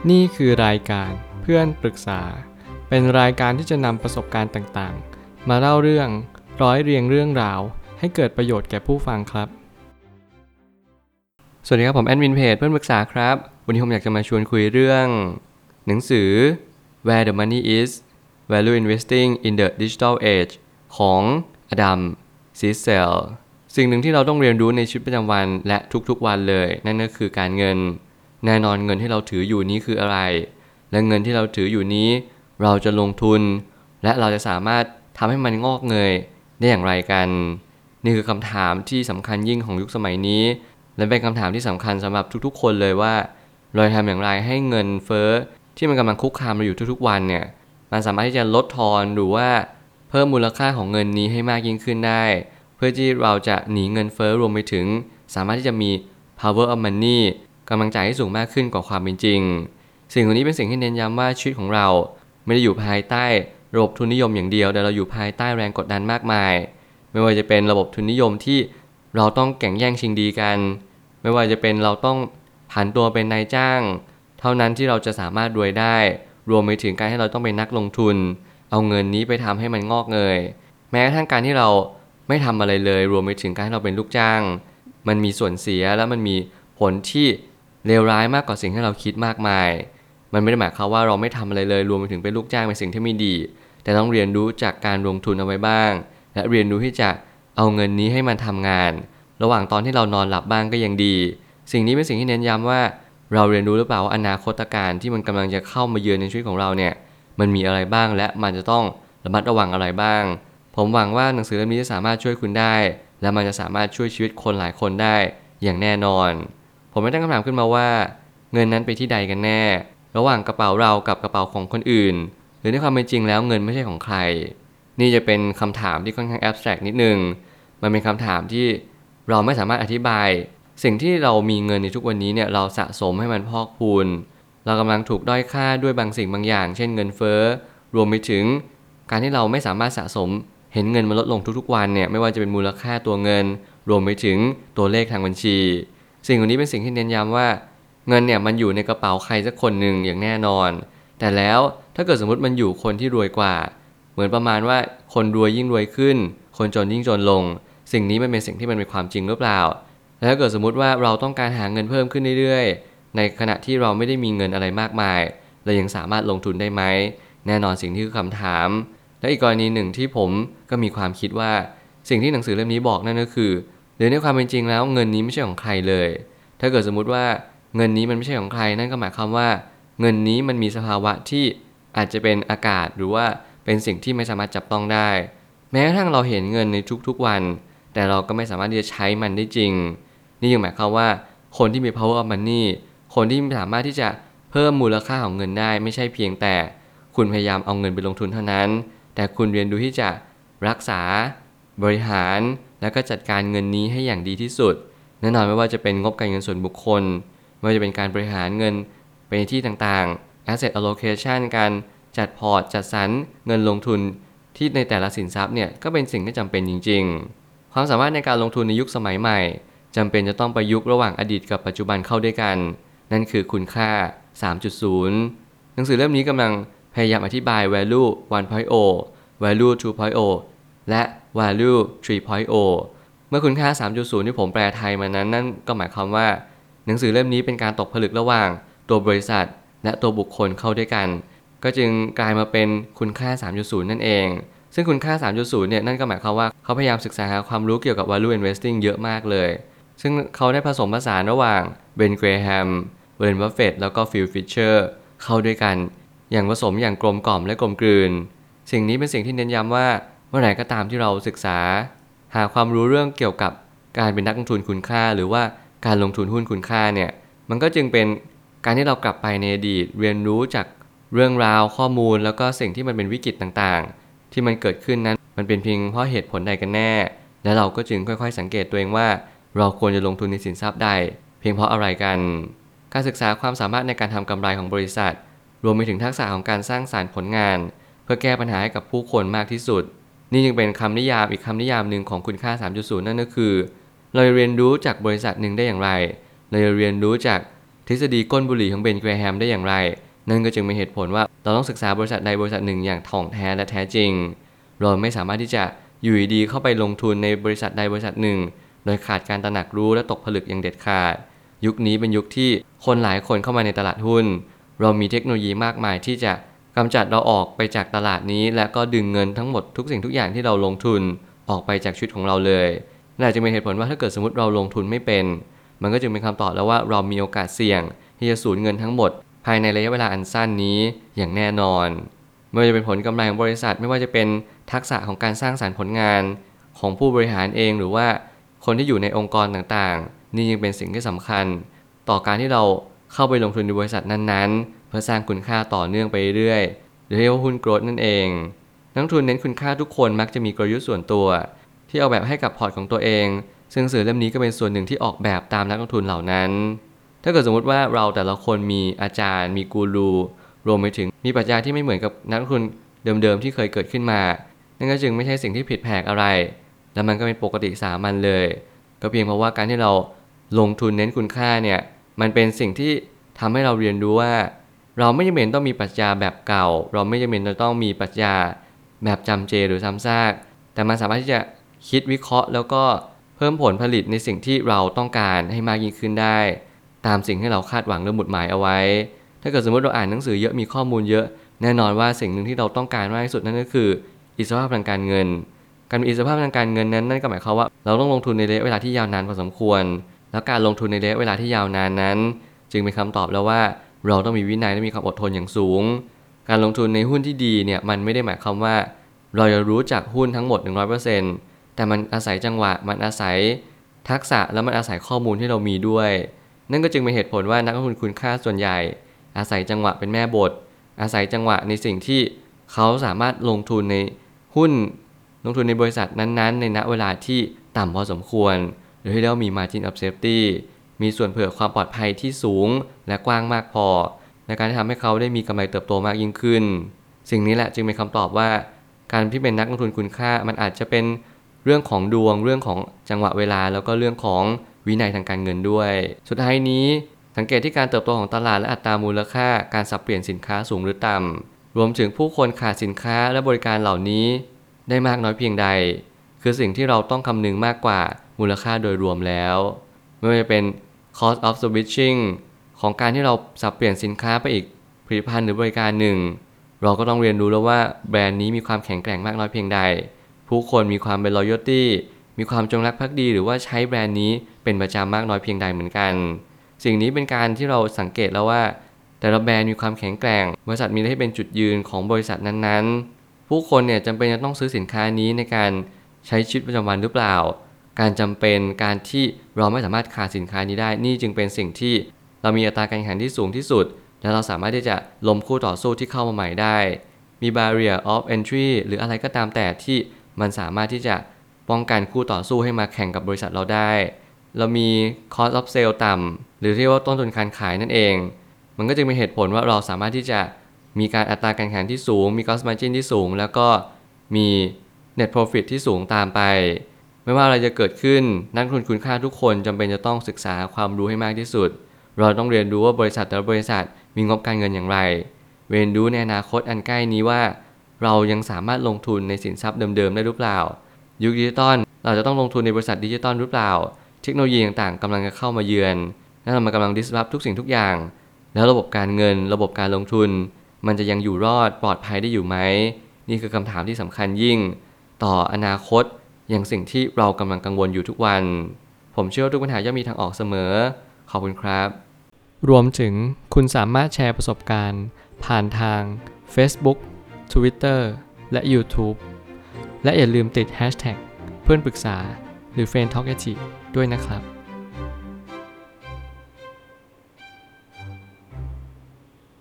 นี่คือรายการเพื่อนปรึกษาเป็นรายการที่จะนำประสบการณ์ต่างๆมาเล่าเรื่องร้อยเรียงเรื่องราวให้เกิดประโยชน์แก่ผู้ฟังครับสวัสดีครับผมแอดมินเพจเพื่อนปรึกษาครับวันนี้ผมอยากจะมาชวนคุยเรื่องหนังสือ Where the Money is Value Investing in the Digital Age ของอดัม ซีเซลสิ่งหนึ่งที่เราต้องเรียนรู้ในชีวิตประจำวันและทุกๆวันเลยนั่นก็คือการเงินแน่นอนเงินที่เราถืออยู่นี้คืออะไรและเงินที่เราถืออยู่นี้เราจะลงทุนและเราจะสามารถทำให้มันงอกเงยได้อย่างไรกันนี่คือคำถามที่สำคัญยิ่งของยุคสมัยนี้และเป็นคำถามที่สำคัญสำหรับทุกๆคนเลยว่าเราจะทำอย่างไรให้เงินเฟ้อที่มันกำลังคุกคามเราอยู่ทุกๆวันเนี่ยมันสามารถที่จะลดทอนหรือว่าเพิ่มมูลค่าของเงินนี้ให้มากยิ่งขึ้นได้เพื่อที่เราจะหนีเงินเฟ้อรวมไปถึงสามารถที่จะมี power of money กำลังจ่ายที่สูงมากขึ้นกว่าความเป็นจริงสิ่งเหล่านี้เป็นสิ่งที่เน้นย้ำว่าชีวิตของเราไม่ได้อยู่ภายใต้ระบบทุนนิยมอย่างเดียวแต่เราอยู่ภายใต้แรงกดดันมากมายไม่ว่าจะเป็นระบบทุนนิยมที่เราต้องแข่งแย่งชิงดีกันไม่ว่าจะเป็นเราต้องผันตัวเป็นนายจ้างเท่านั้นที่เราจะสามารถรวยได้รวมไปถึงการให้เราต้องเป็นนักลงทุนเอาเงินนี้ไปทำให้มันงอกเงยแม้กระทั่งการที่เราไม่ทำอะไรเลยรวมไปถึงการให้เราเป็นลูกจ้างมันมีส่วนเสียและมันมีผลที่เลวร้ายมากกว่าสิ่งที่เราคิดมากมายมันไม่ได้หมายความว่าเราไม่ทำอะไรเลยรวมไปถึงเป็นลูกจ้างเป็นสิ่งที่ไม่ดีแต่ต้องเรียนรู้จากการลงทุนเอาไว้บ้างและเรียนรู้ที่จะเอาเงินนี้ให้มันทำงานระหว่างตอนที่เรานอนหลับบ้างก็ยังดีสิ่งนี้เป็นสิ่งที่เน้นย้ำว่าเราเรียนรู้หรือเปล่าว่าอนาคตการที่มันกำลังจะเข้ามาเยือนในชีวิตของเราเนี่ยมันมีอะไรบ้างและมันจะต้องระมัดระวังอะไรบ้างผมหวังว่าหนังสือเล่มนี้จะสามารถช่วยคุณได้และมันจะสามารถช่วยชีวิตคนหลายคนได้อย่างแน่นอนผมไม่ตั้งคำถามขึ้นมาว่าเงินนั้นไปที่ใดกันแน่ระหว่างกระเป๋าเรากับกระเป๋าของคนอื่นหรือในความเป็นจริงแล้วเงินไม่ใช่ของใครนี่จะเป็นคำถามที่ค่อนข้างแอบสแตรกนิดนึงมันเป็นคำถามที่เราไม่สามารถอธิบายสิ่งที่เรามีเงินในทุกวันนี้เนี่ยเราสะสมให้มันพอกพูนเรากำลังถูกด้อยค่าด้วยบางสิ่งบางอย่างเช่นเงินเฟ้อรวมไปถึงการที่เราไม่สามารถสะสมเห็นเงินมันลดลงทุกๆวันเนี่ยไม่ว่าจะเป็นมูลค่าตัวเงินรวมไปถึงตัวเลขทางบัญชีสิ่งเหล่านี้เป็นสิ่งที่เน้นย้ำว่าเงินเนี่ยมันอยู่ในกระเป๋าใครสักคนหนึ่งอย่างแน่นอนแต่แล้วถ้าเกิดสมมติมันอยู่คนที่รวยกว่าเหมือนประมาณว่าคนรวยยิ่งรวยขึ้นคนจนยิ่งจนลงสิ่งนี้มันเป็นสิ่งที่มันเป็นความจริงหรือเปล่าแล้วถ้าเกิดสมมติว่าเราต้องการหาเงินเพิ่มขึ้นเรื่อยๆในขณะที่เราไม่ได้มีเงินอะไรมากมายเรายังสามารถลงทุนได้ไหมแน่นอนสิ่งที่คือคำถามและอีกกรณีหนึ่งที่ผมก็มีความคิดว่าสิ่งที่หนังสือเล่มนี้บอกนั่นก็คือหรือในความเป็นจริงแล้วเงินนี้ไม่ใช่ของใครเลยถ้าเกิดสมมุติว่าเงินนี้มันไม่ใช่ของใครนั่นก็หมายความว่าเงินนี้มันมีสภาวะที่อาจจะเป็นอากาศหรือว่าเป็นสิ่งที่ไม่สามารถจับต้องได้แม้กระทั่งเราเห็นเงินในทุกๆวันแต่เราก็ไม่สามารถที่จะใช้มันได้จริงนี่ยังหมายความว่าคนที่มี power of money คนที่สามารถที่จะเพิ่มมูลค่าของเงินได้ไม่ใช่เพียงแต่คุณพยายามเอาเงินไปลงทุนเท่านั้นแต่คุณเรียนรู้ที่จะรักษาบริหารและก็จัดการเงินนี้ให้อย่างดีที่สุดแน่นอนไม่ว่าจะเป็นงบการเงินส่วนบุคคลไม่ว่าจะเป็นการบริหารเงินไปในที่ต่างๆ asset allocation การจัดพอร์ตจัดสรรเงินลงทุนที่ในแต่ละสินทรัพย์เนี่ยก็เป็นสิ่งที่จำเป็นจริงๆความสามารถในการลงทุนในยุคสมัยใหม่จำเป็นจะต้องประยุกต์ระหว่างอดีตกับปัจจุบันเข้าด้วยกันนั่นคือคุณค่า 3.0 หนังสือเล่มนี้กำลังพยายามอธิบาย value 1.0 value 2.0 และ value 3.0 เมื่อคุณค่า 3.0 ที่ผมแปลไทยมานั้นนั่นก็หมายความว่าหนังสือเล่มนี้เป็นการตกผลึกระหว่างตัวบริษัทและตัวบุคคลเข้าด้วยกันก็จึงกลายมาเป็นคุณค่า 3.0 นั่นเองซึ่งคุณค่า 3.0 เนี่ยนั่นก็หมายความว่าเขาพยายามศึกษาหาความรู้เกี่ยวกับ value investing เยอะมากเลยซึ่งเขาได้ผสมผสานระหว่างเบน เกรแฮม วอร์เรน บัฟเฟตต์แล้วก็ฟิล ฟิชเชอร์เข้าด้วยกันอย่างผสมอย่างกลมกล่อมและกลมกลืนสิ่งนี้เป็นสิ่งที่เน้นย้ำว่าเมื่อไหร่ก็ตามที่เราศึกษาหาความรู้เรื่องเกี่ยวกับการเป็นนักลงทุนคุณค่าหรือว่าการลงทุนหุ้นคุณค่าเนี่ยมันก็จึงเป็นการที่เรากลับไปในอดีตเรียนรู้จากเรื่องราวข้อมูลแล้วก็สิ่งที่มันเป็นวิกฤตต่างๆที่มันเกิดขึ้นนั้นมันเป็นเพียงเพราะเหตุผลใดกันแน่และเราก็จึงค่อยๆสังเกตตัวเองว่าเราควรจะลงทุนในสินทรัพย์ใดเพียงเพราะอะไรกันการศึกษาความสามารถในการทำกำไรของบริษัทรวมไปถึงทักษะของการสร้างสรรค์ผลงานเพื่อแก้ปัญหาให้กับผู้คนมากที่สุดนี่จึงเป็นคำนิยามอีกคำนิยามหนึ่งของคุณค่า 3.0 นั่นก็คือเราเรียนรู้จากบริษัทหนึ่งได้อย่างไรเราเรียนรู้จากเทฤษฎีก้นบุหรี่ของเบน แกรแฮมได้อย่างไรนั่นก็จึงเป็นเหตุผลว่าเราต้องศึกษาบริษัทใดบริษัทหนึ่งอย่างถ่องแท้และแท้จริงเราไม่สามารถที่จะอยู่ดีๆเข้าไปลงทุนในบริษัทใดบริษัทหนึ่งโดยขาดการตระหนักรู้และตกผลึกอย่างเด็ดขาดยุคนี้เป็นยุคที่คนหลายคนเข้ามาในตลาดหุ้นเรามีเทคโนโลยีมากมายที่จะกำจัดเราออกไปจากตลาดนี้และก็ดึงเงินทั้งหมดทุกสิ่งทุกอย่างที่เราลงทุนออกไปจากชีวิตของเราเลยนั่นอาจจะเป็นเหตุผลว่าถ้าเกิดสมมติเราลงทุนไม่เป็นมันก็จึงเป็นคำตอบแล้วว่าเรามีโอกาสเสี่ยงที่จะสูญเงินทั้งหมดภายในระยะเวลาอันสั้นนี้อย่างแน่นอนไม่ว่าจะเป็นผลกำไรของบริษัทไม่ว่าจะเป็นทักษะของการสร้างสรรค์ผลงานของผู้บริหารเองหรือว่าคนที่อยู่ในองค์กรต่างๆนี่ยังเป็นสิ่งที่สำคัญต่อการที่เราเข้าไปลงทุนในบริษัทนั้นๆเพื่อสร้างคุณค่าต่อเนื่องไปเรื่อยหรือเรียกว่าหุ้นโกรทนั่นเองนักลงทุนเน้นคุณค่าทุกคนมักจะมีกลยุทธ์ส่วนตัวที่ออกแบบให้กับพอร์ตของตัวเองซึ่งหนังสือเล่มนี้ก็เป็นส่วนหนึ่งที่ออกแบบตามนักลงทุนเหล่านั้นถ้าเกิดสมมติว่าเราแต่ละคนมีอาจารย์มีกูรูรวมไปถึงมีปรัชญาที่ไม่เหมือนกับนักลงทุนเดิมๆที่เคยเกิดขึ้นมานั่นก็จึงไม่ใช่สิ่งที่ผิดแผกอะไรและมันก็เป็นปกติสามัญเลยก็เพียงเพราะว่าการที่เราลงทุนเน้นคุณค่าเนี่ยมันเป็นสิ่งที่ทำให้เราเรียนรู้ว่าเราไม่จำเป็นต้องมีปรัชญาแบบเก่าเราไม่จำเป็นต้องมีปรัชญาแบบจำเจหรือซ้ำซากแต่มันสามารถที่จะคิดวิเคราะห์แล้วก็เพิ่มผลผลิตในสิ่งที่เราต้องการให้มากยิ่งขึ้นได้ตามสิ่งที่เราคาดหวังหรือหมุดหมายเอาไว้ถ้าเกิดสมมติเราอ่านหนังสือเยอะมีข้อมูลเยอะแน่นอนว่าสิ่งหนึ่งที่เราต้องการมากที่สุดนั่นก็คืออิสรภาพทางการเงินการมีอิสรภาพทางการเงินนั้นนั่นก็หมายความว่าเราต้องลงทุนในระยะเวลาที่ยาวนานพอสมควรแล้วการลงทุนในระยะเวลาที่ยาวนานนั้นจึงเป็นคำตอบแล้วว่าเราต้องมีวินัยและมีความอดทนอย่างสูงการลงทุนในหุ้นที่ดีเนี่ยมันไม่ได้หมายความว่าเราจะรู้จักหุ้นทั้งหมด 100% แต่มันอาศัยจังหวะมันอาศัยทักษะแล้วมันอาศัยข้อมูลที่เรามีด้วยนั่นก็จึงเป็นเหตุผลว่านักลงทุนคุณค่าส่วนใหญ่อาศัยจังหวะเป็นแม่บทอาศัยจังหวะในสิ่งที่เขาสามารถลงทุนในหุ้นลงทุนในบริษัทนั้นๆในณเวลาที่ต่ำพอสมควรหรือที่เรียกว่ามี margin of safety มีส่วนเผื่อความปลอดภัยที่สูงและกว้างมากพอในการที่ทำให้เขาได้มีกำไรเติบโตมากยิ่งขึ้นสิ่งนี้แหละจึงเป็นคำตอบว่าการที่เป็นนักลงทุนคุณค่ามันอาจจะเป็นเรื่องของดวงเรื่องของจังหวะเวลาแล้วก็เรื่องของวินัยทางการเงินด้วยสุดท้ายนี้สังเกตที่การเติบโตของตลาดและอัตรามูลค่าการสับเปลี่ยนสินค้าสูงหรือต่ำรวมถึงผู้คนขาดสินค้าและบริการเหล่านี้ได้มากน้อยเพียงใดคือสิ่งที่เราต้องคำนึงมากกว่ามูลค่าโดยรวมแล้วไม่ว่าจะเป็น cost of switching ของการที่เราสับเปลี่ยนสินค้าไปอีกผลิตภัณฑ์หรือบริการหนึ่งเราก็ต้องเรียนรู้แล้วว่าแบรนด์นี้มีความแข็งแกร่งมากน้อยเพียงใดผู้คนมีความเป็น loyalty มีความจงรักภักดีหรือว่าใช้แบรนด์นี้เป็นประจำมากน้อยเพียงใดเหมือนกันสิ่งนี้เป็นการที่เราสังเกตแล้วว่าแต่ละแบรนด์มีความแข็งแกร่งบริษัทมีอะไรที่เป็นจุดยืนของบริษัทนั้นๆผู้คนเนี่ยจำเป็นจะต้องซื้อสินค้านี้ในการใช้ชีวิตประจำวันหรือเปล่าการจำเป็นการที่เราไม่สามารถขาดสินค้านี้ได้นี่จึงเป็นสิ่งที่เรามีอัตราการแข่งขันที่สูงที่สุดและเราสามารถที่จะล้มคู่ต่อสู้ที่เข้ามาใหม่ได้มี barrier of entry หรืออะไรก็ตามแต่ที่มันสามารถที่จะป้องกันคู่ต่อสู้ให้มาแข่งกับบริษัทเราได้เรามี cost of sale ต่ำหรือที่ว่าต้นทุนการขายนั่นเองมันก็จึงเป็นเหตุผลว่าเราสามารถที่จะมีการอัตราการแข่งขันที่สูงมี cost margin ที่สูงแล้วก็มี net profit ที่สูงตามไปไม่ว่าอะไรจะเกิดขึ้นนักลงทุนคุณค่าทุกคนจำเป็นจะต้องศึกษาความรู้ให้มากที่สุดเราต้องเรียนรู้ว่าบริษัทแต่ละบริษัทมีงบการเงินอย่างไรเรียนรู้ในอนาคตอันใกล้นี้ว่าเรายังสามารถลงทุนในสินทรัพย์เดิมๆได้หรือเปล่ายุคดิจิตอลเราจะต้องลงทุนในบริษัทดิจิตอลหรือเปล่าเทคโนโลยีต่างๆกำลังจะเข้ามาเยือนและมันกำลัง disrupt ทุกสิ่งทุกอย่างแล้วระบบการเงินระบบการลงทุนมันจะยังอยู่รอดปลอดภัยได้อยู่ไหมนี่คือคำถามที่สำคัญยิ่งต่ออนาคตอย่างสิ่งที่เรากำลังกังวลอยู่ทุกวันผมเชื่อว่าทุกปัญหาย่อมมีทางออกเสมอขอบคุณครับรวมถึงคุณสามารถแชร์ประสบการณ์ผ่านทาง Facebook Twitter และ YouTube และอย่าลืมติด Hashtag เพื่อนปรึกษาหรือ Friend Talkative ด้วยนะครับ